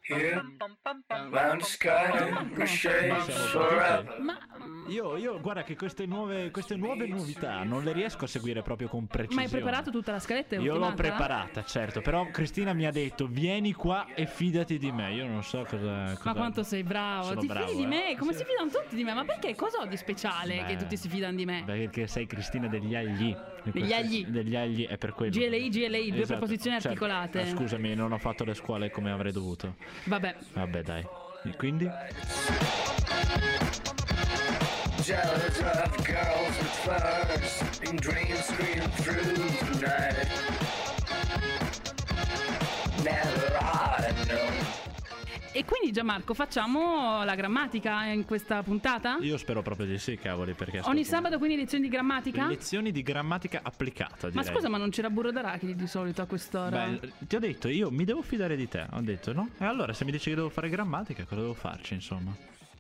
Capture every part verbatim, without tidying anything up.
here, round the sky, we shake forever. Ma io, io guarda che queste nuove, queste nuove novità non le riesco a seguire proprio con precisione. Ma hai preparato tutta la scaletta? Io l'ho preparata, certo, però Cristina mi ha detto vieni qua e fidati di me. Io non so cosa, cosa... Ma quanto sei bravo. Sono Ti bravo, fidi di eh. me? Come Sì. si fidano tutti di me? Ma perché? Cosa ho di speciale Beh, che tutti si fidano di me? Perché sei Cristina degli agli. Degli agli. Degli agli è per quello. G L I, G L I, due Esatto, preposizioni certo. articolate. Eh, scusami, non ho fatto le scuole come avrei dovuto. Vabbè. Vabbè, dai. E quindi? Jealous of girls with furs and dreams scream through the night. Never I know. E quindi Gianmarco, facciamo la grammatica in questa puntata? Io spero proprio di sì, cavoli, perché Ogni sto- sabato quindi lezioni di grammatica? lezioni di grammatica applicata, Ma direi. scusa, ma non c'era burro d'arachidi di solito a quest'ora? Beh, ti ho detto, io mi devo fidare di te, ho detto, no? E allora se mi dici che devo fare grammatica, cosa devo farci, insomma?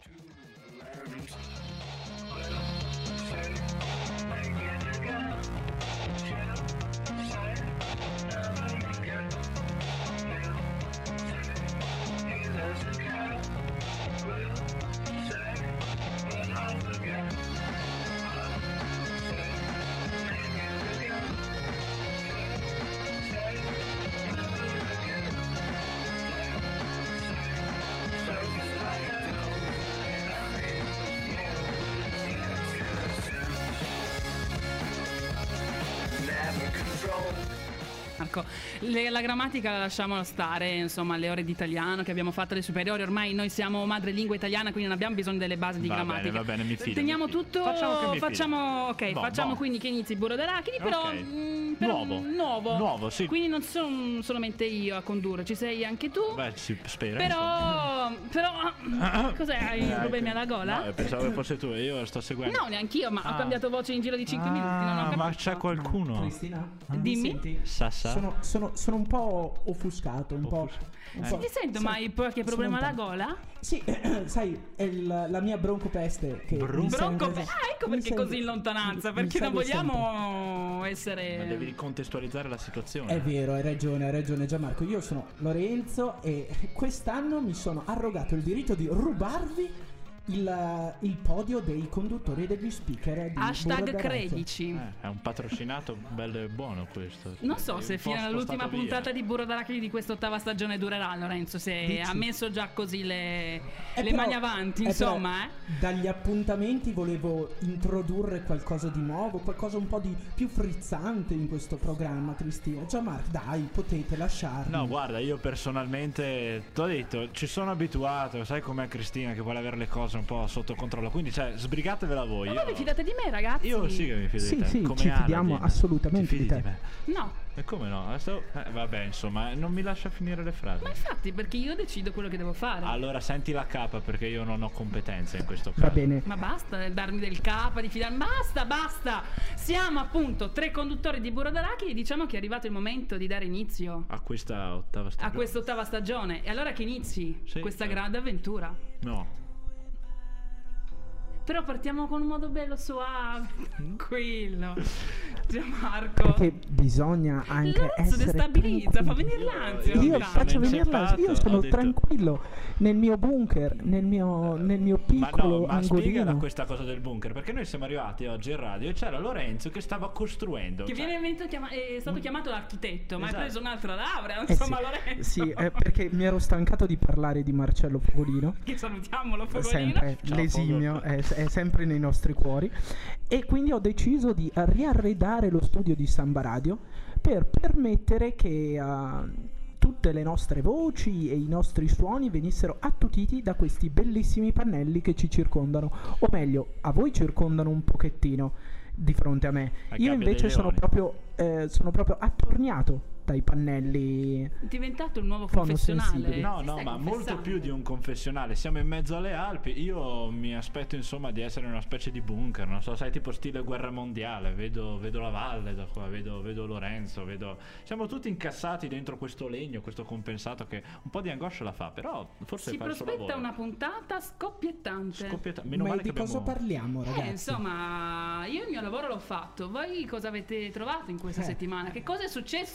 Marco, le- la grammatica la lasciamo stare, insomma, alle ore di italiano che abbiamo fatto alle superiori. Ormai noi siamo madrelingua italiana, quindi non abbiamo bisogno delle basi di Va grammatica. bene, va bene, mi fido, Teniamo mi fido. tutto. Facciamo che mi fido. facciamo, ok, Boh, facciamo boh. quindi che inizi il burro d'arachidi, però, Ok. mm, però Nuovo. nuovo. Nuovo, sì. Quindi non sono solamente io a condurre, ci sei anche tu. Beh, si spera. insomma. Però, però, cos'è? Hai Eh, problemi ecco. alla gola? No, eh, pensavo che fosse tu, io sto seguendo. No, neanch'io, ma ho Ah. cambiato voce in giro di cinque minuti. Non ho Ah, ma capito. c'è qualcuno? Cristina? Dimmi. Mi senti? Sassa? Sono, sono, sono un po' offuscato, un po'. un Non po'- ti sento sì, mai qualche sono problema un po'- alla gola? Sì, sai, è il- la mia broncopeste che Bron- mi Bronco, sente- ah, ecco mi perché sente- così in lontananza, mi perché non segue sempre. vogliamo essere. Ma devi contestualizzare la situazione. È vero, hai ragione, hai ragione Gianmarco. Io sono Lorenzo e quest'anno mi sono arrogato il diritto di rubarvi il, il podio dei conduttori e degli speaker di Hashtag Burro d'Arachidi. credici. Eh, è un patrocinato bello e buono questo. Non so È se un fino po' all'ultima spostato via. puntata di Burro d'Arachidi di questa ottava stagione durerà, Lorenzo. Se Dici? ha messo già così le, Eh, le però- mani avanti, eh, insomma, però eh. Dagli appuntamenti volevo introdurre qualcosa di nuovo, qualcosa un po' di più frizzante in questo programma, Cristina. Gianmarco, dai, potete lasciarmi. No, guarda, io personalmente t'ho detto, ci sono abituato, sai com'è Cristina che vuole avere le cose un po' sotto controllo, quindi cioè sbrigatevela voi. Ma io... voi vi fidate di me, ragazzi? Io sì che mi fido Sì, di te. sì, come ci fidiamo Aladdin. assolutamente Ti fidi di di, te. me? No, E come no? Adesso, eh, vabbè, insomma, non mi lascia finire le frasi. ma infatti, perché io decido quello che devo fare. Allora senti la capa perché io non ho competenze in questo caso. Va bene. Ma basta darmi del capa, di fidarmi. Basta, basta. Siamo appunto tre conduttori di Burro d'Arachidi e diciamo che è arrivato il momento di dare inizio A questa ottava stagione. a questa ottava stagione. E allora che inizi Sì, questa certo. grande avventura. No. Però partiamo con un modo bello, suave, tranquillo. Gianmarco. Perché bisogna anche Lorenzo essere destabilizza, fa tranquilli. venire l'ansia. Io- Io ogni faccio sono venire l'ansia, io inceppato, sono ho detto- tranquillo nel mio bunker, nel mio, nel mio Ma piccolo no, ma spiegala angolino. questa cosa del bunker, perché noi siamo arrivati oggi in radio e c'era Lorenzo che stava costruendo. Che cioè- viene invento- chiama- è stato chiamato l'architetto, ma Esatto. hai preso un'altra laurea, Eh insomma, sì, Lorenzo. sì, eh, perché mi ero stancato di parlare di Marcello Fogolino. Che salutiamolo, Fogolino. Sempre Ciao, l'esimio, Fogol. è, è sempre nei nostri cuori. E quindi ho deciso di riarredare lo studio di Samba Radio per permettere che uh, tutte le nostre voci e i nostri suoni venissero attutiti da questi bellissimi pannelli che ci circondano, o meglio, a voi circondano un pochettino di fronte a me. La Io gabbia invece dei sono leoni. proprio, eh, sono proprio attorniato dai pannelli. È diventato il nuovo Fono confessionale. sensibili. No, Ti no, stai ma molto confessando? più di un confessionale. Siamo in mezzo alle Alpi. Io mi aspetto, insomma, di essere in una specie di bunker. Non so, sai, tipo stile guerra mondiale. Vedo, vedo la valle da qua, vedo, vedo Lorenzo. Vedo... Siamo tutti incassati dentro questo legno, questo compensato che un po' di angoscia la fa. Però forse Si fa il suo prospetta lavoro. una puntata scoppiettante. Scoppiata- Meno Ma male di che cosa abbiamo... parliamo, ragazzi? Eh, insomma, io il mio lavoro l'ho fatto. Voi cosa avete trovato in questa Eh. settimana? Che cosa è successo nel mondo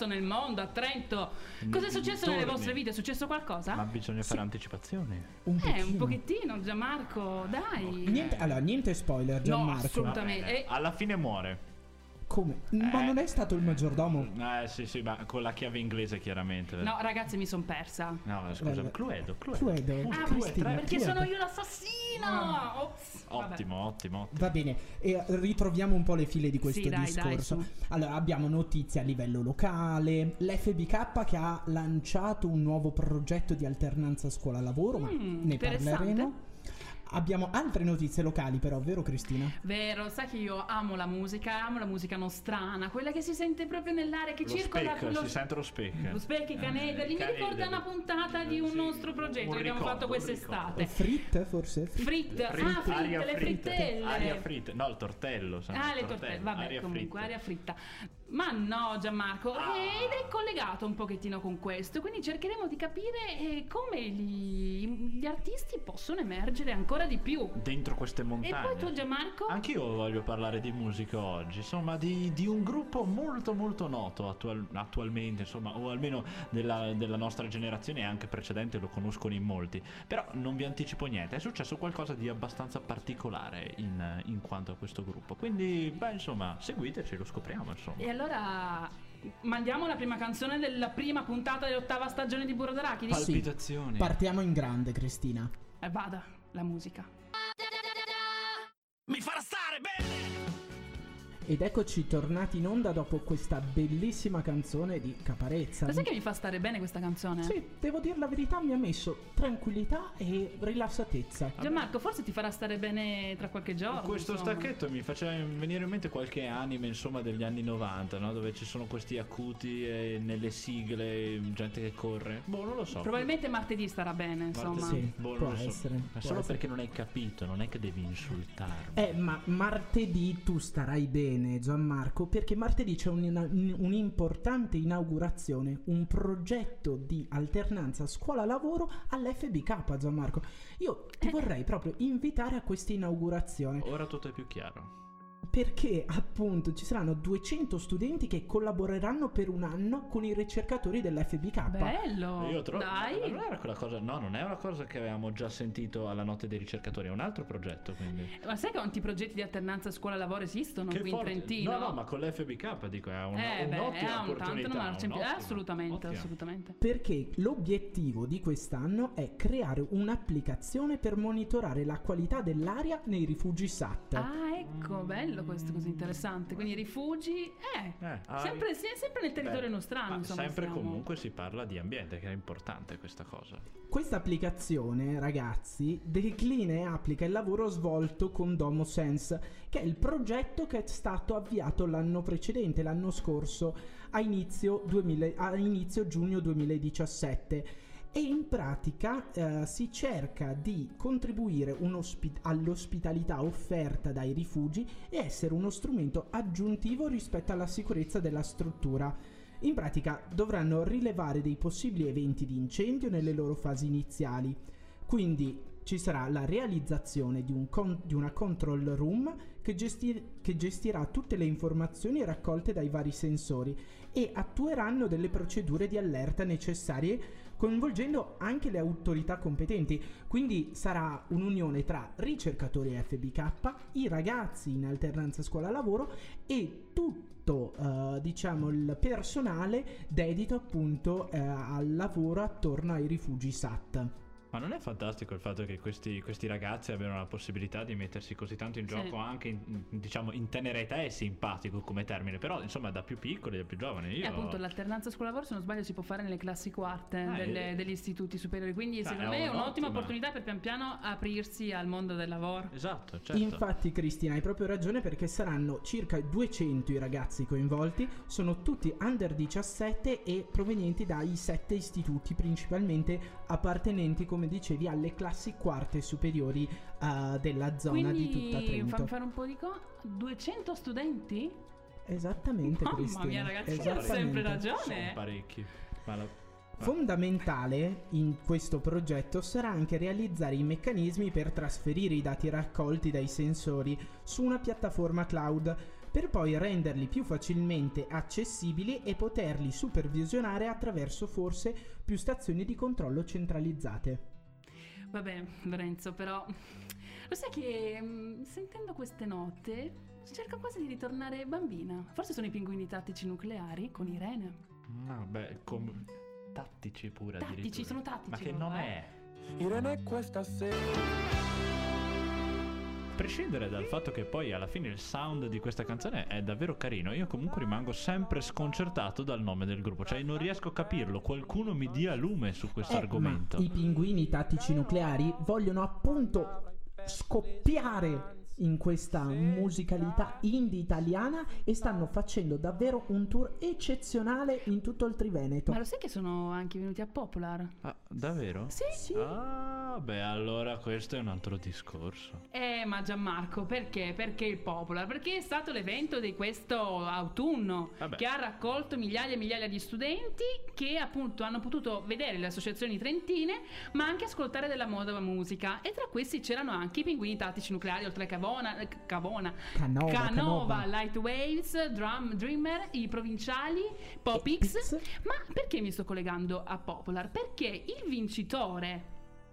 mondo, a Trento. Cosa è successo nelle vostre vite? È successo qualcosa? Ma bisogna fare anticipazioni. Un Eh, pochino. un pochettino, Gianmarco, dai. Niente, allora, niente spoiler, No, Gianmarco. assolutamente. E- Alla fine muore. Come? Ma Eh. non è stato il maggiordomo? Eh sì sì, ma con la chiave inglese chiaramente. No, ragazzi, mi son persa. No, scusa, Vabbè. Cluedo, Cluedo. Cluedo, Uno, Ah, due, Cristina, tre. perché Cluedo. sono io l'assassino! Ops, vabbè. Ottimo, ottimo, ottimo. Va bene, e ritroviamo un po' le file di questo Sì, dai, dai, discorso. su. Allora, abbiamo notizie a livello locale, l'F B K che ha lanciato un nuovo progetto di alternanza scuola-lavoro, ma Mm, ne interessante. parleremo. Abbiamo altre notizie locali però, vero Cristina? Vero, sai che io amo la musica, amo la musica nostrana, quella che si sente proprio nell'aria, che Lo circola. speck, lo- si sente lo speck. Lo speck, i canederli, mi Canederli. ricorda una puntata di un Sì, nostro progetto un che abbiamo ricordo, fatto un quest'estate. Fritte forse? Fritte, ah, Fritte, fritte, aria le fritte, frittelle. aria fritte, no il tortello, sai, Ah, il le tortelle, vabbè, aria comunque, fritte. aria fritta. Ma no, Gianmarco, Ah. ed è collegato un pochettino con questo, quindi cercheremo di capire eh, come gli, gli artisti possono emergere ancora di più. Dentro queste E montagne. poi tu, Gianmarco? Anch'io voglio parlare di musica oggi, insomma di, di un gruppo molto molto noto attual- attualmente, insomma, o almeno della, della nostra generazione e anche precedente lo conoscono in molti, però non vi anticipo niente, è successo qualcosa di abbastanza particolare in, in quanto a questo gruppo, quindi beh insomma seguiteci, lo scopriamo insomma. E allora mandiamo la prima canzone della prima puntata dell'ottava stagione di Burro d'Arachidi? Sì. Palpitazioni. Partiamo in grande, Cristina. E vada, la musica. Mi farà stare bene! Ed eccoci tornati in onda dopo questa bellissima canzone di Caparezza. Lo sai che mi fa stare bene questa canzone? Sì, devo dire la verità, mi ha messo tranquillità e rilassatezza. Gianmarco, forse ti farà stare bene tra qualche giorno. Questo insomma. stacchetto mi faceva venire in mente qualche anime insomma degli anni novanta, no? Dove ci sono questi acuti e nelle sigle gente che corre. Boh, non lo so. Probabilmente martedì starà bene, insomma. Martedì, Sì, boh, non può lo so. essere, Ma può solo essere. perché non hai capito, non è che devi insultarmi. Eh, ma martedì tu starai bene, Gianmarco, perché martedì c'è un- un'importante inaugurazione, un progetto di alternanza scuola-lavoro all'F B K, Gianmarco. Io ti vorrei proprio invitare a questa inaugurazione. Ora tutto è più chiaro. Perché appunto ci saranno duecento studenti che collaboreranno per un anno con i ricercatori dell'F B K. Bello. Io trovo. Dai. Ma non era quella cosa. No, non è una cosa che avevamo già sentito alla notte dei ricercatori, è un altro progetto. Quindi. Ma sai quanti progetti di alternanza scuola-lavoro esistono Che qui forte. in Trentino? No, no, ma con l'F B K dico è una, Eh beh, un'ottima ha un tanto opportunità. non marcia in più. un'ottima, Assolutamente, ottima. assolutamente. Perché l'obiettivo di quest'anno è creare un'applicazione per monitorare la qualità dell'aria nei rifugi S A T. Ah, ecco, bello questo, così interessante. Quindi i rifugi, eh, Eh, ah, sempre, sì, sempre nel territorio beh, nostrano, ma insomma. sempre stiamo. comunque si parla di ambiente, che è importante questa cosa. Questa applicazione, ragazzi, declina e applica il lavoro svolto con DomoSense, che è il progetto che è stato avviato l'anno precedente, l'anno scorso, a inizio, duemila a inizio giugno duemiladiciassette. E in pratica eh, si cerca di contribuire un'ospi- all'ospitalità offerta dai rifugi e essere uno strumento aggiuntivo rispetto alla sicurezza della struttura. In pratica dovranno rilevare dei possibili eventi di incendio nelle loro fasi iniziali. Quindi ci sarà la realizzazione di, un con- di una control room che, gesti- che gestirà tutte le informazioni raccolte dai vari sensori e attueranno delle procedure di allerta necessarie coinvolgendo anche le autorità competenti. Quindi sarà un'unione tra ricercatori F B K, i ragazzi in alternanza scuola-lavoro e tutto eh, diciamo il personale dedito appunto eh, al lavoro attorno ai rifugi S A T. Ma non è fantastico il fatto che questi, questi ragazzi abbiano la possibilità di mettersi così tanto in Sì. gioco anche in, diciamo in tenera età? È simpatico come termine, però insomma da più piccoli, da più giovani. Io E appunto l'alternanza scuola-lavoro, se non sbaglio, si può fare nelle classi quarte Ah, delle- eh. degli istituti superiori. Quindi, Ah, secondo è me, è un'ottima un'ottima. opportunità per pian piano aprirsi al mondo del lavoro. Esatto, certo. Infatti, Cristina, hai proprio ragione, perché saranno circa duecento i ragazzi coinvolti, sono tutti under diciassette e provenienti dai sette istituti, principalmente appartenenti, come dicevi, alle classi quarte superiori eh, della zona Quindi, di tutta Trento. fammi fare un po' di co. duecento studenti? Esattamente, Mamma Cristina. mia, ragazzi, ho esattamente. sempre ragione. Sono parecchi. Ma la- Fondamentale in questo progetto sarà anche realizzare i meccanismi per trasferire i dati raccolti dai sensori su una piattaforma cloud per poi renderli più facilmente accessibili e poterli supervisionare attraverso forse più stazioni di controllo centralizzate. Vabbè, Lorenzo, però lo sai che mh, sentendo queste note cerco quasi di ritornare bambina. Forse sono i pinguini tattici nucleari con Irene. No, beh, com- tattici pure Tattici, addirittura. sono tattici Ma che loro, non eh. è? Irene questa sera. A prescindere dal fatto che poi alla fine il sound di questa canzone è davvero carino, io comunque rimango sempre sconcertato dal nome del gruppo, cioè non riesco a capirlo, qualcuno mi dia lume su questo Eh, argomento. ma i pinguini tattici nucleari vogliono appunto scoppiare in questa musicalità indie italiana e stanno facendo davvero un tour eccezionale in tutto il Triveneto. Ma lo sai che sono anche venuti a Popular? Ah, davvero? Sì. Sì. Ah, beh, allora questo è un altro discorso. Eh, ma Gianmarco, perché? Perché il Popular? Perché è stato l'evento di questo autunno Vabbè. che ha raccolto migliaia e migliaia di studenti che appunto hanno potuto vedere le associazioni trentine, ma anche ascoltare della moda musica. E tra questi c'erano anche i pinguini tattici nucleari, oltre a Cavona, eh, Cavona, Canova, Canova, Canova. Light Waves, Drum, Dreamer, i Provinciali, Pop E X. X. Ma perché mi sto collegando a Popular? Perché il vincitore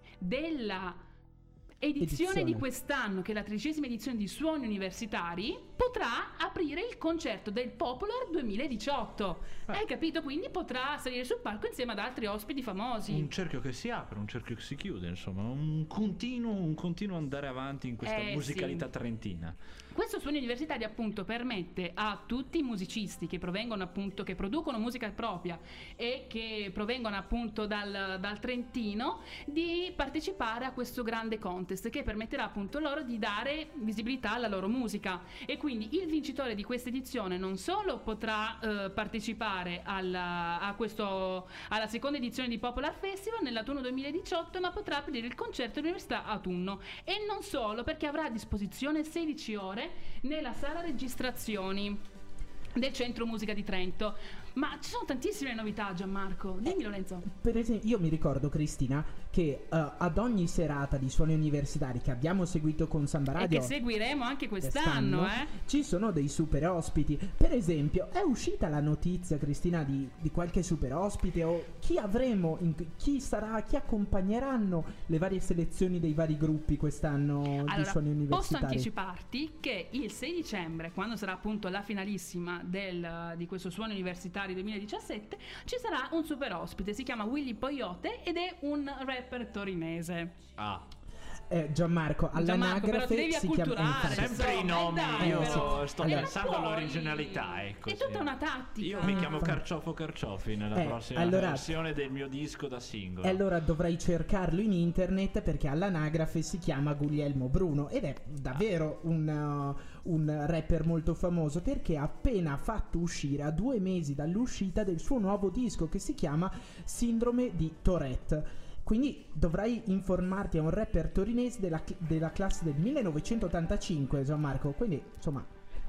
della edizione, Edizione. di quest'anno, che è la tredicesima edizione di Suoni Universitari, potrà aprire il concerto del Popular duemiladiciotto. Hai capito? Quindi potrà salire sul palco insieme ad altri ospiti famosi. Un cerchio che si apre, un cerchio che si chiude, insomma, un continuo, un continuo andare avanti in questa Eh, musicalità sì. trentina. Questo Suoni Universitari appunto permette a tutti i musicisti che provengono appunto, che producono musica propria e che provengono appunto dal, dal Trentino, di partecipare a questo grande contest che permetterà appunto loro di dare visibilità alla loro musica. E quindi il vincitore di questa edizione non solo potrà eh, partecipare alla, a questo, alla seconda edizione di Popular Festival nell'autunno duemiladiciotto, ma potrà aprire il concerto dell'Università Autunno. E non solo, perché avrà a disposizione sedici ore nella sala registrazioni del Centro Musica di Trento. Ma ci sono tantissime novità, Gianmarco. Dimmi, Lorenzo. Per esempio, io mi ricordo, Cristina, che eh, ad ogni serata di suoni universitari che abbiamo seguito con Samba E Radio che seguiremo anche quest'anno, eh? ci sono dei super ospiti. Per esempio, è uscita la notizia, Cristina, di, di qualche super ospite o chi avremo, in- chi sarà, chi accompagneranno le varie selezioni dei vari gruppi quest'anno di Allora, suoni posso universitari? anticiparti che il sei dicembre, quando sarà appunto la finalissima del, di questo Suoni Universitari duemiladiciassette, ci sarà un super ospite, si chiama Willy Poyote ed è un rapper torinese. Ah, Eh, Gianmarco, Gianmarco, però ti all'anagrafe devi si chiama acculturare, infatti- sempre i insomma, nomi, eh, dai, io però. sto Eh, ma pensando poi all'originalità, ecco. È sì. tutta una tattica. Io mi chiamo Ah, Carciofo Carciofi nella Eh, prossima allora- versione del mio disco da singolo. E allora dovrei cercarlo in internet perché all'anagrafe si chiama Guglielmo Bruno ed è davvero un, uh, un rapper molto famoso perché ha appena fatto uscire a due mesi dall'uscita del suo nuovo disco che si chiama Sindrome di Tourette. Quindi dovrai informarti, è un rapper torinese della, della classe del millenovecentottantacinque, Gianmarco, quindi insomma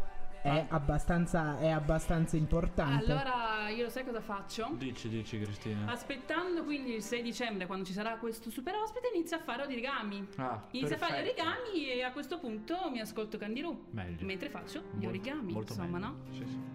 è abbastanza, è abbastanza importante. Allora io lo sai cosa faccio? Dici, dici Cristina. Aspettando quindi il sei dicembre, quando ci sarà questo super ospite, inizio a fare origami. Ah, Inizio a fare gli perfetto. origami e a questo punto mi ascolto Candirù. Meglio. Mentre faccio gli Molto- origami, molto insomma, meglio. no? Sì, sì.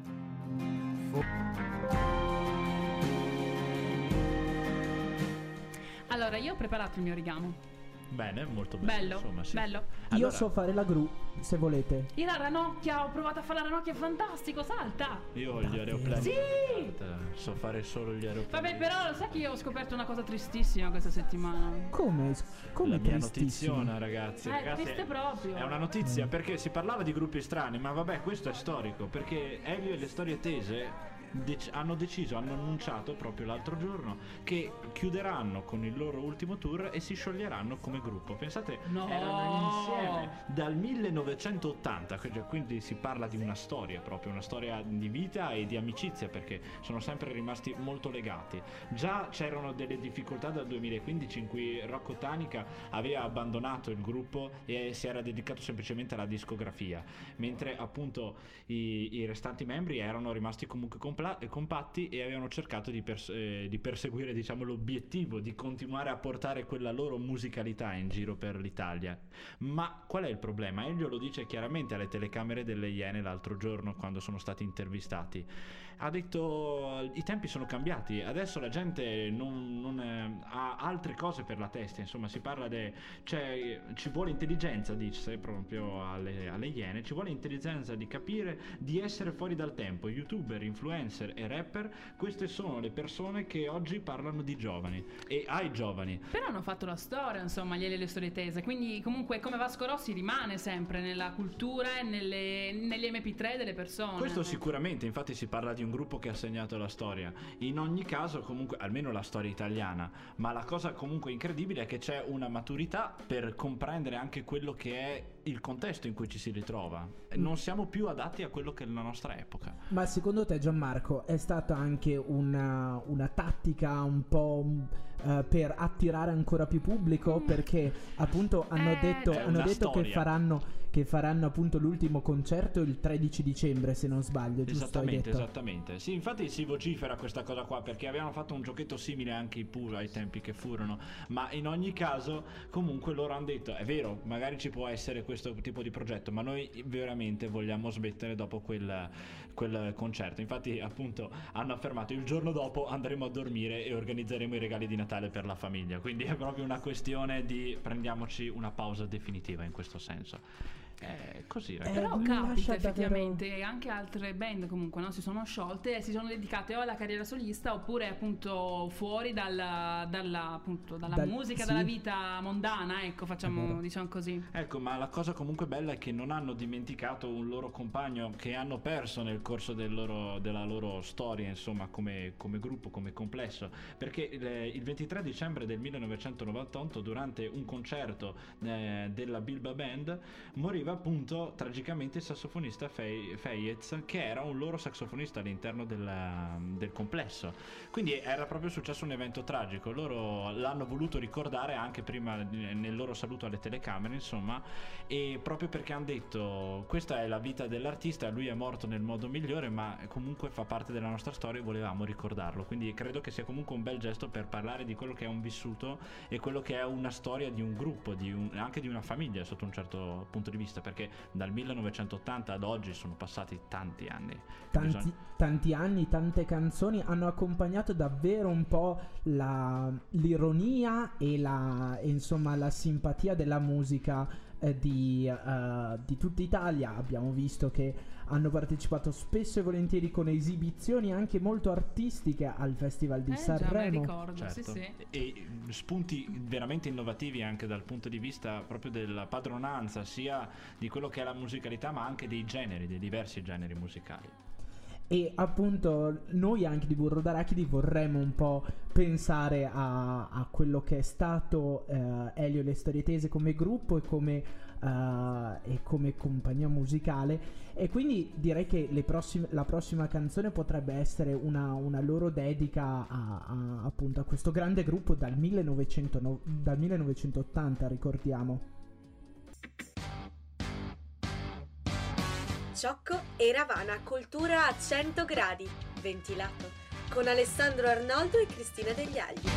Allora, io ho preparato il mio origami. Bene, molto bello. Bello, insomma, sì. bello. Io Allora, so fare la gru, se volete. E la ranocchia, ho provato a fare la ranocchia, è fantastico, salta. Io ho gli aeroplani. Sì! So fare solo gli aeroplani. Vabbè, però lo sai che io ho scoperto una cosa tristissima questa settimana. Come? Come La mia tristissimo. notiziona, ragazzi. Eh, ragazzi, triste proprio. È una notizia perché si parlava di gruppi strani, ma vabbè, questo è storico. Perché Elio e le storie tese dec- hanno deciso, hanno annunciato proprio l'altro giorno che chiuderanno con il loro ultimo tour e si scioglieranno come gruppo. Pensate, No! erano insieme dal millenovecentottanta, cioè, quindi si parla di una storia proprio, una storia di vita e di amicizia, perché sono sempre rimasti molto legati. Già c'erano delle difficoltà dal duemilaquindici in cui Rocco Tanica aveva abbandonato il gruppo e si era dedicato semplicemente alla discografia, mentre appunto i, i restanti membri erano rimasti comunque compagni compla- compatti e avevano cercato di, pers- eh, di perseguire, diciamo, l'obiettivo di continuare a portare quella loro musicalità in giro per l'Italia. Ma qual è il problema? Elio lo dice chiaramente alle telecamere delle Iene l'altro giorno quando sono stati intervistati. Ha detto: i tempi sono cambiati, adesso la gente non, non eh, ha altre cose per la testa, insomma si parla de, cioè ci vuole intelligenza, dice proprio alle, alle Iene, ci vuole intelligenza di capire di essere fuori dal tempo. Youtuber, influencer e rapper, queste sono le persone che oggi parlano di giovani e ai giovani. Però hanno fatto la storia, insomma, gli le storie tese, quindi comunque come Vasco Rossi rimane sempre nella cultura e nelle, negli emme pi tre delle persone. Questo sicuramente, infatti si parla di un gruppo che ha segnato la storia. In ogni caso comunque, almeno la storia italiana, ma la cosa comunque incredibile è che c'è una maturità per comprendere anche quello che è il contesto in cui ci si ritrova. Non siamo più adatti a quello che è la nostra epoca. Ma secondo te, Gianmarco, è stata anche una, una tattica un po' uh, per attirare ancora più pubblico? Perché appunto hanno Eh, detto, È hanno una detto che storia. faranno, che faranno appunto l'ultimo concerto il tredici dicembre, se non sbaglio, giusto? Hai Esattamente, detto? esattamente. Sì, infatti si vocifera questa cosa qua perché avevano fatto un giochetto simile anche i Pooh ai tempi che furono, ma in ogni caso comunque loro hanno detto: è vero, magari ci può essere questo tipo di progetto, ma noi veramente vogliamo smettere dopo quel, quel concerto. Infatti appunto hanno affermato: il giorno dopo andremo a dormire e organizzeremo i regali di Natale per la famiglia. Quindi è proprio una questione di prendiamoci una pausa definitiva in questo senso. È così, ragazzi. Eh, Però mi capita lascia davvero- effettivamente, anche altre band comunque, no, si sono sciolte e si sono dedicate o alla carriera solista oppure appunto fuori dalla, dalla, appunto, dalla Dal- musica, sì. dalla vita mondana, ecco, È facciamo, vero. diciamo così. Ecco, ma la cosa comunque bella è che non hanno dimenticato un loro compagno che hanno perso nel corso del loro, della loro storia, insomma, come, come gruppo, come complesso. Perché il, il ventitré dicembre del millenovecentonovantotto, durante un concerto eh, della Bilba Band, moriva appunto tragicamente il sassofonista Fey- Feyez, che era un loro sassofonista all'interno della- del complesso. Quindi era proprio successo un evento tragico. Loro l'hanno voluto ricordare anche prima eh, nel loro saluto alle telecamere, insomma, e proprio perché hanno detto: questa è la vita dell'artista, lui è morto nel modo migliore, ma comunque fa parte della nostra storia e volevamo ricordarlo. Quindi credo che sia comunque un bel gesto per parlare di quello che è un vissuto e quello che è una storia di un gruppo, di un, anche di una famiglia sotto un certo punto di vista, perché dal millenovecentottanta ad oggi sono passati tanti anni. Tanti, Bisogna- tanti anni, tante canzoni hanno accompagnato davvero un po' la, l'ironia e la, e insomma la simpatia della musica eh, di, eh, di tutta Italia. Abbiamo visto che hanno partecipato spesso e volentieri con esibizioni anche molto artistiche al Festival di Eh, già me Sanremo. ricordo, Certo. sì, sì. E spunti veramente innovativi anche dal punto di vista proprio della padronanza, sia di quello che è la musicalità, ma anche dei generi, dei diversi generi musicali. E appunto noi anche di Burro d'Arachidi vorremmo un po' pensare a, a quello che è stato eh, Elio e le Storie Tese come gruppo e come, eh, e come compagnia musicale, e quindi direi che le prossime, la prossima canzone potrebbe essere una, una loro dedica a, a- appunto a questo grande gruppo dal, millenovecento, dal millenovecentottanta, ricordiamo. Ciocco e Ravana, cultura a cento gradi, ventilato, con Alessandro Arnoldo e Cristina Degli Agli.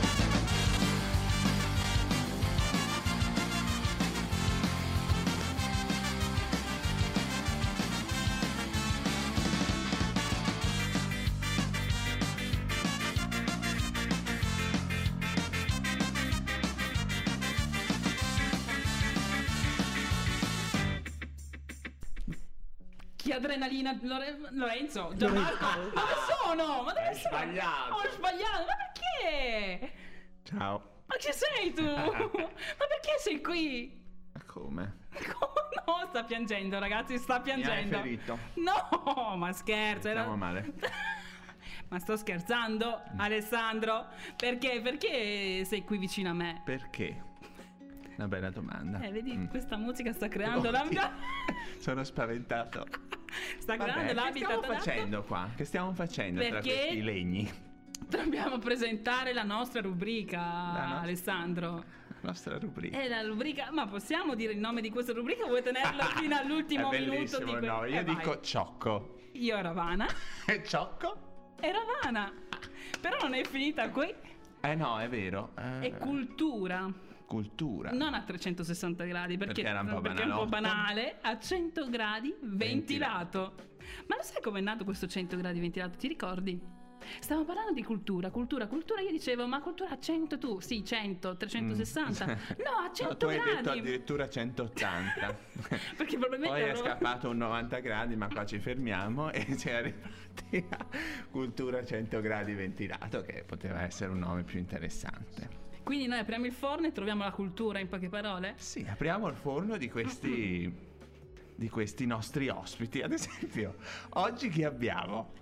Che adrenalina, Lore- Lorenzo, Gianmarco, dove sono? Ma dove Hai sono? sbagliato. Ho sbagliato, ma perché? Ciao. Ma chi sei tu? Ma perché sei qui? Ma come? No, sta piangendo, ragazzi, sta Mi hai piangendo. ferito. No, ma scherzo, era- Stiamo male. Ma sto scherzando, Alessandro? Perché? Perché sei qui vicino a me? Perché? Una bella domanda. Eh, vedi, Mm. questa musica sta creando Oddio, l'ambito. Sono spaventato. Sta Vabbè, creando che l'habitat. stiamo facendo qua? Che stiamo facendo tra Perché? questi legni? Dobbiamo presentare la nostra rubrica, La nostra- Alessandro. Nostra rubrica. È la rubrica, ma possiamo dire il nome di questa rubrica? Vuoi tenerla fino all'ultimo È minuto bellissimo, di que- no? Io Eh, vai. dico ciocco. Io Ravana. E ciocco? Eravana. Però non è finita qui. Eh no, è vero. Eh, È cultura. cultura. Non a trecentosessanta gradi, perché, Perché era un po' perché è un po' banalotto. banale. A cento gradi ventilato. Ma lo sai com'è nato questo cento gradi ventilato? Ti ricordi? Stavamo parlando di cultura, cultura, cultura. Io dicevo, ma cultura a cento tu? Sì, cento, trecentosessanta. No, a No, cento tu hai gradi. detto addirittura centottanta. Perché probabilmente Poi è avrò- scappato un novanta gradi, ma qua ci fermiamo e c'è arrivati a cultura cento gradi ventilato, che poteva essere un nome più interessante. Quindi noi apriamo il forno e troviamo la cultura, in poche parole. Sì, apriamo il forno di questi di questi nostri ospiti. Ad esempio, oggi chi abbiamo?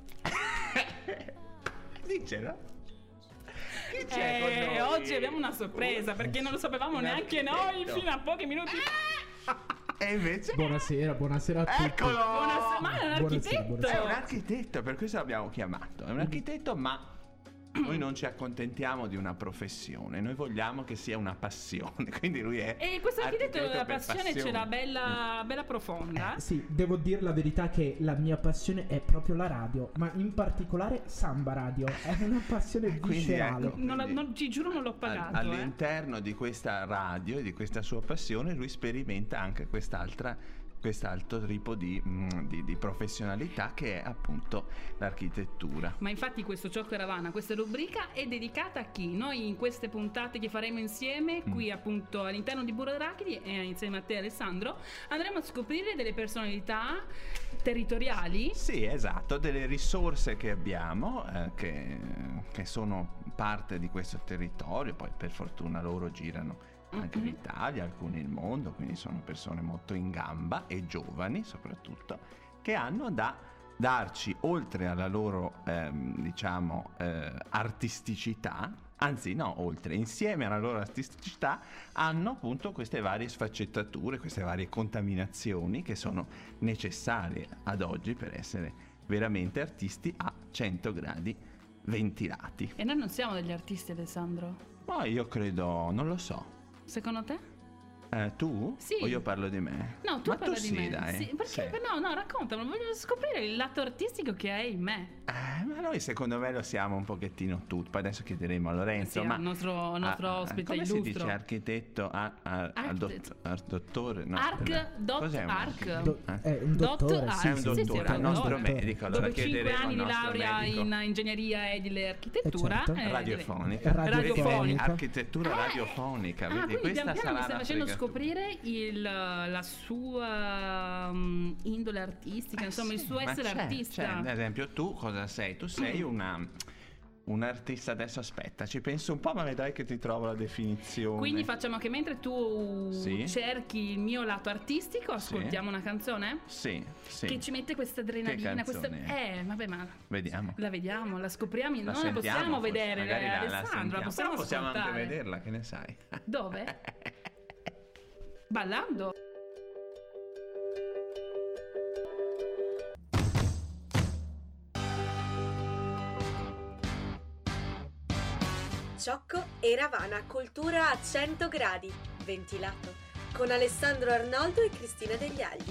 Dicelo. Chi c'è con Eh, noi? oggi abbiamo una sorpresa, perché non lo sapevamo Un neanche noi architetto. fino a pochi minuti fa. E invece Buonasera, buonasera a tutti. Eccolo! Buonasera, ma è un Buonasera, architetto. buonasera. È un architetto, per questo l'abbiamo chiamato. È un architetto, ma noi non ci accontentiamo di una professione, noi vogliamo che sia una passione. Quindi lui è E questo architetto della per passione ce l'ha passione. bella, bella profonda. Eh, sì, devo dire la verità che la mia passione è proprio la radio, ma in particolare Samba Radio. È una passione Quindi, viscerale. ecco, Non, quindi non- ti giuro non l'ho Al- pagato. eh. all'interno di questa radio e di questa sua passione lui sperimenta anche quest'altra quest'altro tipo di, mm, di, di professionalità, che è appunto l'architettura. Ma infatti questo Ciocco e Ravana, questa rubrica è dedicata a chi? Noi in queste puntate che faremo insieme, Mm. qui appunto all'interno di Burro d'Arachidi e insieme a te Alessandro, andremo a scoprire delle personalità territoriali. Sì, esatto, delle risorse che abbiamo, eh, che, che sono parte di questo territorio. Poi per fortuna loro girano anche Mhm. l'Italia, alcuni il mondo, quindi sono persone molto in gamba e giovani soprattutto, che hanno da darci, oltre alla loro ehm, diciamo eh, artisticità, anzi no, oltre, insieme alla loro artisticità, hanno appunto queste varie sfaccettature, queste varie contaminazioni che sono necessarie ad oggi per essere veramente artisti a cento gradi ventilati. E noi non siamo degli artisti, Alessandro. Ma io credo, non lo so. Secondo te? Eh, tu? Sì. O io parlo di me? No, tu Ma parla tu di sì, me. dai. Sì, perché Sì. no, no, raccontami, voglio scoprire il lato artistico che è in me. Eh, ma noi secondo me lo siamo un pochettino tutti. Poi adesso chiederemo a Lorenzo. Sì, ma al nostro- al nostro ah, ospite come illustro. si dice architetto a, a- al, Architect. dott- al dottore? No, Arc, scusa. dot, Cos'è un arc. architetto? Do- Eh? è un Dot dottore, Art. sì, È un sì, sì, dottore, sì, il è un nostro dottore. medico. Allora Dopo cinque chiederemo anni al di nostro laurea medico. in ingegneria edile e architettura. Eh, certo. eh, radiofonica. Radiofonica. Architettura Eh, radiofonica. Ah, Vedi, quindi questa pian piano sarà mi stai la facendo fregatura. scoprire il, la sua mm, indole artistica, insomma, il Sì, suo ma essere c'è, artista. c'è. Ad esempio, tu cosa sei? Tu sei una un artista. Adesso aspetta, ci penso un po', ma vedrai che ti trovo la definizione. Quindi facciamo che mentre tu Sì. cerchi il mio lato artistico, ascoltiamo una canzone Sì, sì. che ci mette questa adrenalina, Che questa canzone è? eh, vabbè, ma Vediamo. la vediamo, la scopriamo, La non la sentiamo, possiamo forse. vedere, Magari la- la Alessandro, la, sentiamo. possiamo Però possiamo anche ascoltare. vederla, che ne sai? Dove? Ballando? Ciocco e Ravana, cultura a cento gradi, ventilato, con Alessandro Arnoldo e Cristina Degli Agli.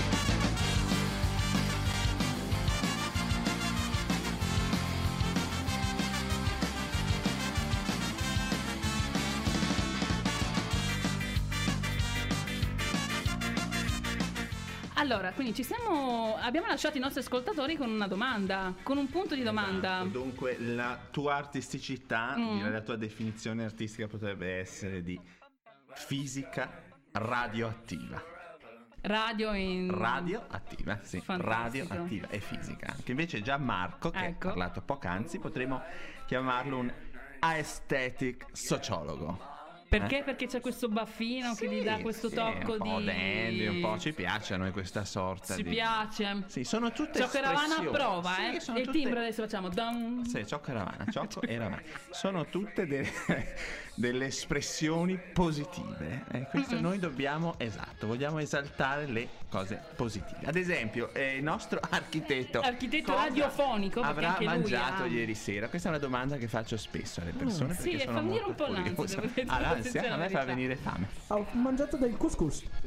Allora, quindi ci siamo abbiamo lasciato i nostri ascoltatori con una domanda, con un punto di domanda. Esatto, dunque, la tua artisticità, Mm. direi la tua definizione artistica potrebbe essere di fisica radioattiva. Radio in Radioattiva, sì, Fantastico. radioattiva e fisica. Che invece Gianmarco, che Ecco. ha parlato poc'anzi, potremmo chiamarlo un aesthetic sociologo. Perché? Perché c'è questo baffino che gli dà questo sì, tocco un po' di dandy, un po' ci piace a noi questa sorta Ci di... piace. Sì, sono tutte Ciocco e Ravana espressioni. approva, Sì, eh. sono E il tutte- timbro adesso facciamo dum. Sì, Ciocco e Ravana, Ciocco e Ravana. Sono tutte delle, delle espressioni positive. E questo noi dobbiamo, esatto, vogliamo esaltare le cose positive. Ad esempio, eh, il nostro architetto... Architetto cosa radiofonico, perché avrà anche lui mangiato ha- ieri sera? Questa è una domanda che faccio spesso alle persone. Sì, perché e sono fa venire molto un po' l'ansia, curiosa. devo dire, Ah, l'ansia? sincera A me fa verità. venire fame. Ho mangiato del couscous.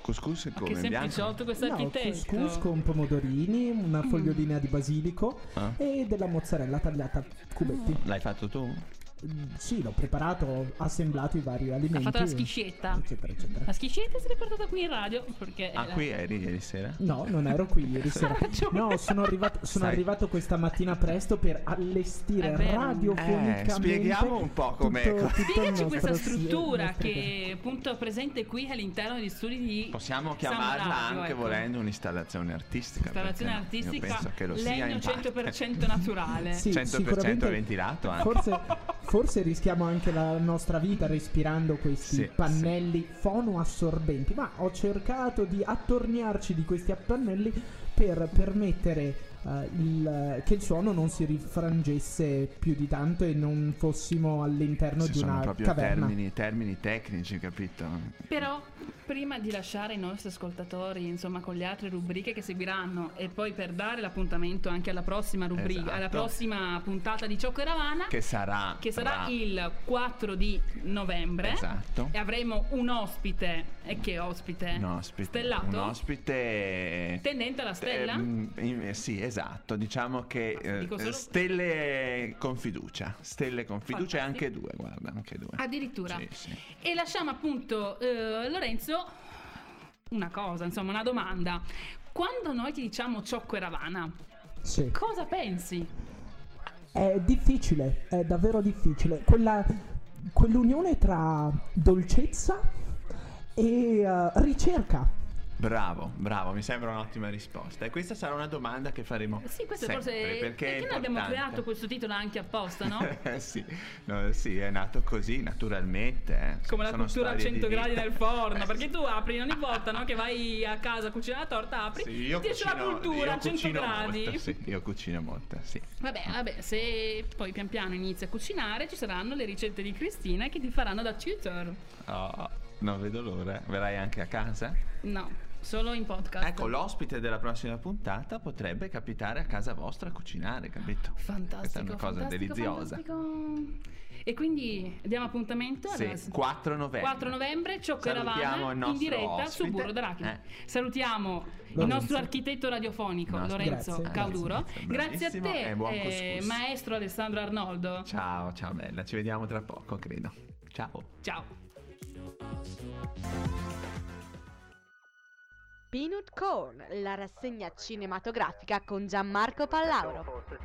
Couscous Ma come che bianco? sempliciotto questo No, architetto. couscous con pomodorini, una fogliolina di basilico Ah. e della mozzarella tagliata a cubetti. L'hai fatto tu? Mm, Sì, l'ho preparato, ho assemblato i vari Ha alimenti. fatto la schiscetta. Eccetera, eccetera. La schiscetta si è portata qui in radio perché Ah, eh, qui eri ieri sera? No, non ero qui ieri sera. ragione. No, sono arrivato, sono Sai. arrivato questa mattina presto per allestire È vero. radiofonicamente. Eh, spieghiamo un po' com'è. tutto- tutto il Spiegaci questa nostro- struttura il nostro- che appunto è presente qui all'interno degli studi di Possiamo Sam chiamarla Radio, anche ecco. volendo un'installazione artistica. Installazione perché no? Io artistica, penso che lo sia legno in parte. cento per cento naturale. Sì, cento per cento sicuramente ventilato anche. Forse, forse rischiamo anche la nostra vita respirando questi Sì, pannelli fonoassorbenti, ma ho cercato di attorniarci di questi pannelli per permettere eh, il- che il suono non si rifrangesse più di tanto e non fossimo all'interno Ci di sono una proprio caverna. termini, termini tecnici, capito? Però prima di lasciare i nostri ascoltatori, insomma, con le altre rubriche che seguiranno e poi per dare l'appuntamento anche alla prossima rubrica, Esatto. alla prossima puntata di Ciocco e Ravana, Che sarà che sarà tra- il quattro di novembre. Esatto. E avremo un ospite. E che ospite? un ospite, Stellato? un ospite Tendente alla stella? Ehm, in- sì, esatto, diciamo che Ah, dico eh, solo- stelle con fiducia, stelle con fiducia e Fantastico. anche due, guarda, anche due. Addirittura. Sì, sì. E lasciamo appunto eh, Lorenzo una cosa, insomma, una domanda. Quando noi ti diciamo Ciocco e Ravana, Sì. cosa pensi? È difficile, è davvero difficile. Quella, quell'unione tra dolcezza e eh, ricerca. Bravo, bravo, mi sembra un'ottima risposta. E questa sarà una domanda che faremo Sì, questo sempre, forse perché, è noi abbiamo importante. creato questo titolo anche apposta, no? sì, no, sì, è nato così, naturalmente. eh. Come la Sono cottura a storie di cento gradi vita. nel forno, perché tu apri ogni volta, no, che vai a casa a cucinare la torta, apri Sì, e io ti esce la cucino- cultura io a cento cucino gradi. molto, sì, io cucino molto, sì. Vabbè, vabbè, se poi pian piano inizi a cucinare, ci saranno le ricette di Cristina che ti faranno da tutor. Oh, non vedo l'ora. Verrai anche a casa? No, solo in podcast. Ecco, l'ospite della prossima puntata potrebbe capitare a casa vostra a cucinare, capito? Fantastico. Questa è una cosa fantastico, deliziosa. fantastico. E quindi diamo appuntamento Sì, alla- quattro novembre. quattro novembre, Ciocco e Salutiamo Ravana il in nostro diretta ospite. su Burro d'Arachidi. Eh. Salutiamo il Lorenzo. nostro architetto radiofonico Il nostro- Lorenzo Grazie, Cauduro. grazie, Grazie a bravissimo te, e buon eh, couscous. maestro Alessandro Arnoldo. Ciao, ciao bella, ci vediamo tra poco, credo. Ciao. Ciao. Peanut Corn, la rassegna cinematografica con Gianmarco Pallauro.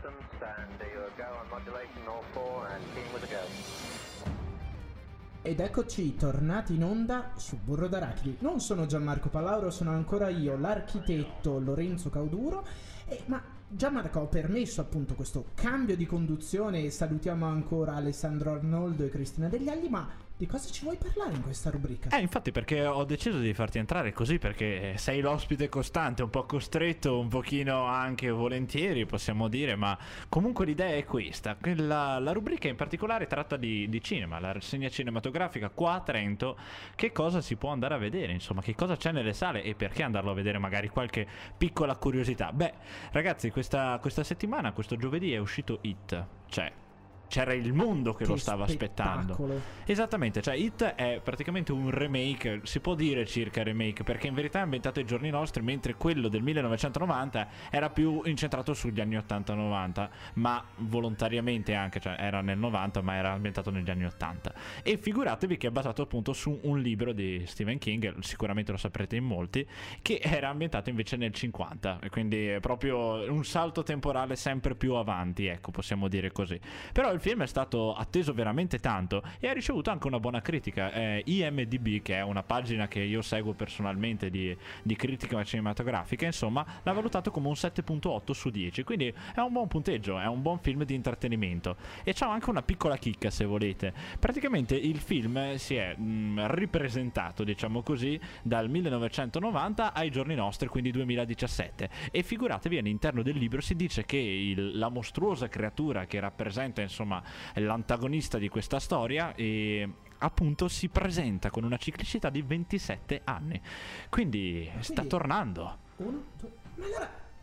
Ed eccoci tornati in onda su Burro d'Arachidi. Non sono Gianmarco Pallauro, sono ancora io, l'architetto Lorenzo Cauduro. E, ma Gianmarco ha permesso appunto questo cambio di conduzione e salutiamo ancora Alessandro Arnoldo e Cristina Degli Agli, ma di cosa ci vuoi parlare in questa rubrica? Eh, infatti, perché ho deciso di farti entrare così, perché sei l'ospite costante, un po' costretto, un pochino anche volentieri, possiamo dire, ma comunque l'idea è questa. La, la rubrica in particolare tratta di, di cinema, la rassegna cinematografica qua a Trento. Che cosa si può andare a vedere, insomma, che cosa c'è nelle sale e perché andarlo a vedere, magari qualche piccola curiosità. Beh, ragazzi, questa, questa settimana, questo giovedì è uscito It, cioè c'era il mondo che, Che lo stava aspettando. spettacolo. Esattamente, cioè It è praticamente un remake, si può dire circa remake, perché in verità è ambientato ai giorni nostri, mentre quello del millenovecentonovanta era più incentrato sugli anni ottanta novanta, ma volontariamente anche, cioè era nel novanta ma era ambientato negli anni ottanta. E figuratevi che è basato appunto su un libro di Stephen King, sicuramente lo saprete in molti, che era ambientato invece nel cinquanta, e quindi è proprio un salto temporale sempre più avanti, ecco, possiamo dire così. Però il film è stato atteso veramente tanto e ha ricevuto anche una buona critica. eh, I M D B, che è una pagina che io seguo personalmente di, di critica cinematografica, insomma l'ha valutato come un sette virgola otto su dieci, quindi è un buon punteggio, è un buon film di intrattenimento. E c'ha anche una piccola chicca, se volete. Praticamente il film si è mh, ripresentato, diciamo così, dal millenovecentonovanta ai giorni nostri, quindi duemiladiciassette, e figuratevi, all'interno del libro si dice che il, la mostruosa creatura che rappresenta insomma l'antagonista di questa storia e appunto si presenta con una ciclicità di ventisette anni, quindi sta Quindi- tornando. Uno, due. Ma allora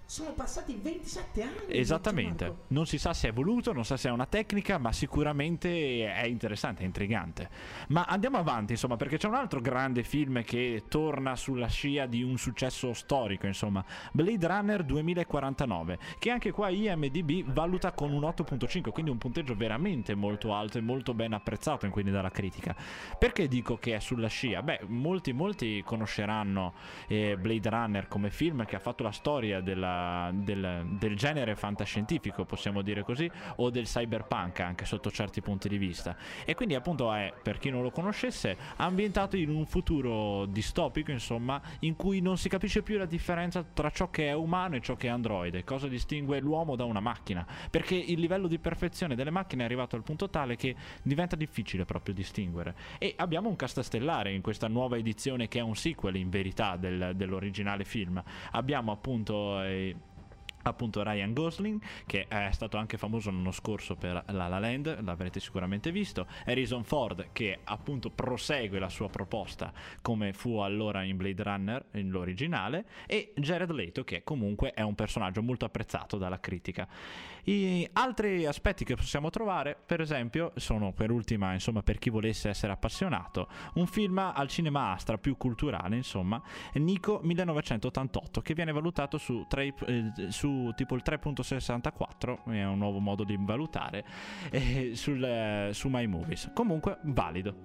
Sono passati ventisette anni. Esattamente, Gianmarco. non si sa se è voluto, non sa se è una tecnica, ma sicuramente è interessante, è intrigante. Ma andiamo avanti, insomma, perché c'è un altro grande film che torna sulla scia di un successo storico, insomma, Blade Runner duemilaquarantanove, che anche qua I M D B valuta con un otto virgola cinque, quindi un punteggio veramente molto alto e molto ben apprezzato quindi dalla critica. Perché dico che è sulla scia? Beh, molti molti conosceranno eh, Blade Runner come film che ha fatto la storia della Del, del genere fantascientifico, possiamo dire così, o del cyberpunk anche sotto certi punti di vista, e quindi appunto è, per chi non lo conoscesse, ambientato in un futuro distopico, insomma, in cui non si capisce più la differenza tra ciò che è umano e ciò che è androide, cosa distingue l'uomo da una macchina, perché il livello di perfezione delle macchine è arrivato al punto tale che diventa difficile proprio distinguere. E abbiamo un cast stellare in questa nuova edizione che è un sequel in verità del, dell'originale film. Abbiamo appunto eh, appunto Ryan Gosling, che è stato anche famoso l'anno scorso per La La Land, l'avrete sicuramente visto, Harrison Ford, che appunto prosegue la sua proposta come fu allora in Blade Runner in l'originale, e Jared Leto, che comunque è un personaggio molto apprezzato dalla critica. I altri aspetti che possiamo trovare, per esempio, sono, per ultima, insomma, per chi volesse essere appassionato, un film al cinema Astra più culturale, insomma, Nico millenovecentottantotto, che viene valutato su, tre, eh, su tipo il tre virgola sessantaquattro, è un nuovo modo di valutare, eh, sul, eh, su My Movies. Comunque valido.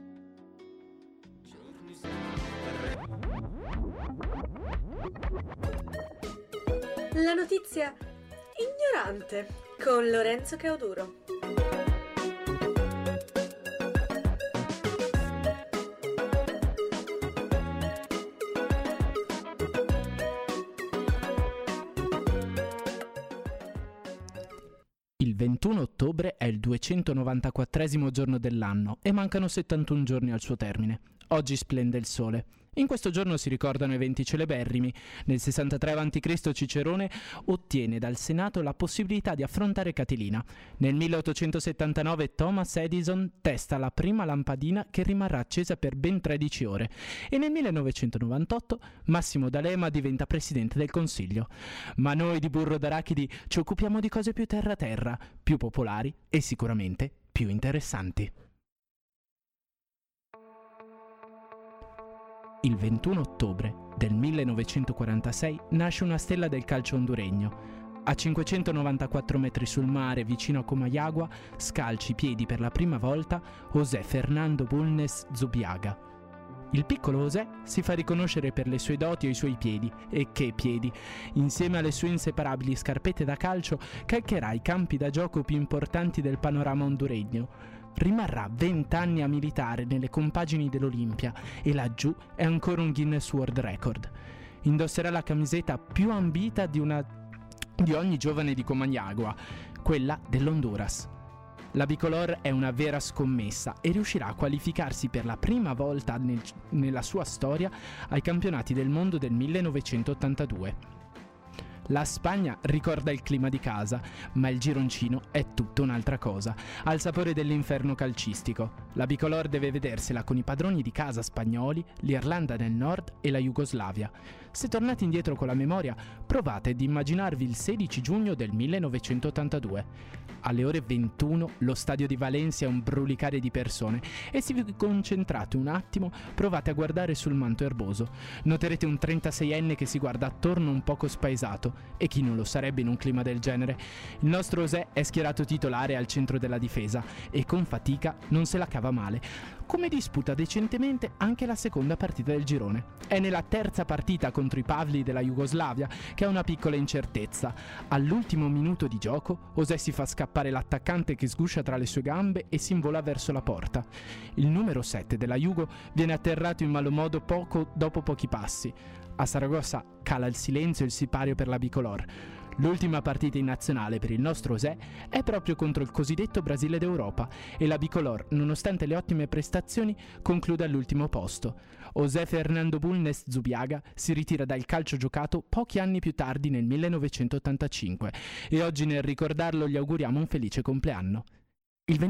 La notizia ignorante con Lorenzo Cauduro. Il ventuno ottobre è il duecentonovantaquattresimo giorno dell'anno e mancano settantuno giorni al suo termine. Oggi splende il sole. In questo giorno si ricordano eventi celeberrimi. Nel sessantatré avanti Cristo Cicerone ottiene dal Senato la possibilità di affrontare Catilina. Nel milleottocentosettantanove Thomas Edison testa la prima lampadina che rimarrà accesa per ben tredici ore. E nel millenovecentonovantotto Massimo D'Alema diventa presidente del Consiglio. Ma noi di Burro d'Arachidi ci occupiamo di cose più terra-terra, più popolari e sicuramente più interessanti. Il ventuno ottobre del millenovecentoquarantasei nasce una stella del calcio honduregno. A cinquecentonovantaquattro metri sul mare, vicino a Comayagua, scalci i piedi per la prima volta José Fernando Bulnes Zubiaga. Il piccolo José si fa riconoscere per le sue doti e i suoi piedi, e che piedi! Insieme alle sue inseparabili scarpette da calcio, calcherà i campi da gioco più importanti del panorama honduregno. Rimarrà vent'anni a militare nelle compagini dell'Olimpia e laggiù è ancora un Guinness World Record. Indosserà la camiseta più ambita di, una, di ogni giovane di Comayagua, quella dell'Honduras. La bicolor è una vera scommessa e riuscirà a qualificarsi per la prima volta nel, nella sua storia ai campionati del mondo del millenovecentottantadue. La Spagna ricorda il clima di casa, ma il gironcino è tutta un'altra cosa, ha il sapore dell'inferno calcistico. La bicolor deve vedersela con i padroni di casa spagnoli, l'Irlanda del Nord e la Jugoslavia. Se tornate indietro con la memoria, provate ad immaginarvi il sedici giugno del millenovecentottantadue. Alle ore ventuno lo stadio di Valencia è un brulicare di persone e se vi concentrate un attimo provate a guardare sul manto erboso. Noterete un trentaseienne che si guarda attorno un poco spaesato, e chi non lo sarebbe in un clima del genere. Il nostro José è schierato titolare al centro della difesa e con fatica non se la cava male, come disputa decentemente anche la seconda partita del girone. È nella terza partita contro i Pavli della Jugoslavia che ha una piccola incertezza. All'ultimo minuto di gioco José si fa scappare l'attaccante che sguscia tra le sue gambe e si invola verso la porta. Il numero sette della Jugo viene atterrato in malo modo poco dopo pochi passi. A Saragossa cala il silenzio e il sipario per la bicolor. L'ultima partita in nazionale per il nostro José è proprio contro il cosiddetto Brasile d'Europa e la bicolor, nonostante le ottime prestazioni, conclude all'ultimo posto. José Fernando Bulnes Zubiaga si ritira dal calcio giocato pochi anni più tardi nel millenovecentottantacinque e oggi nel ricordarlo gli auguriamo un felice compleanno.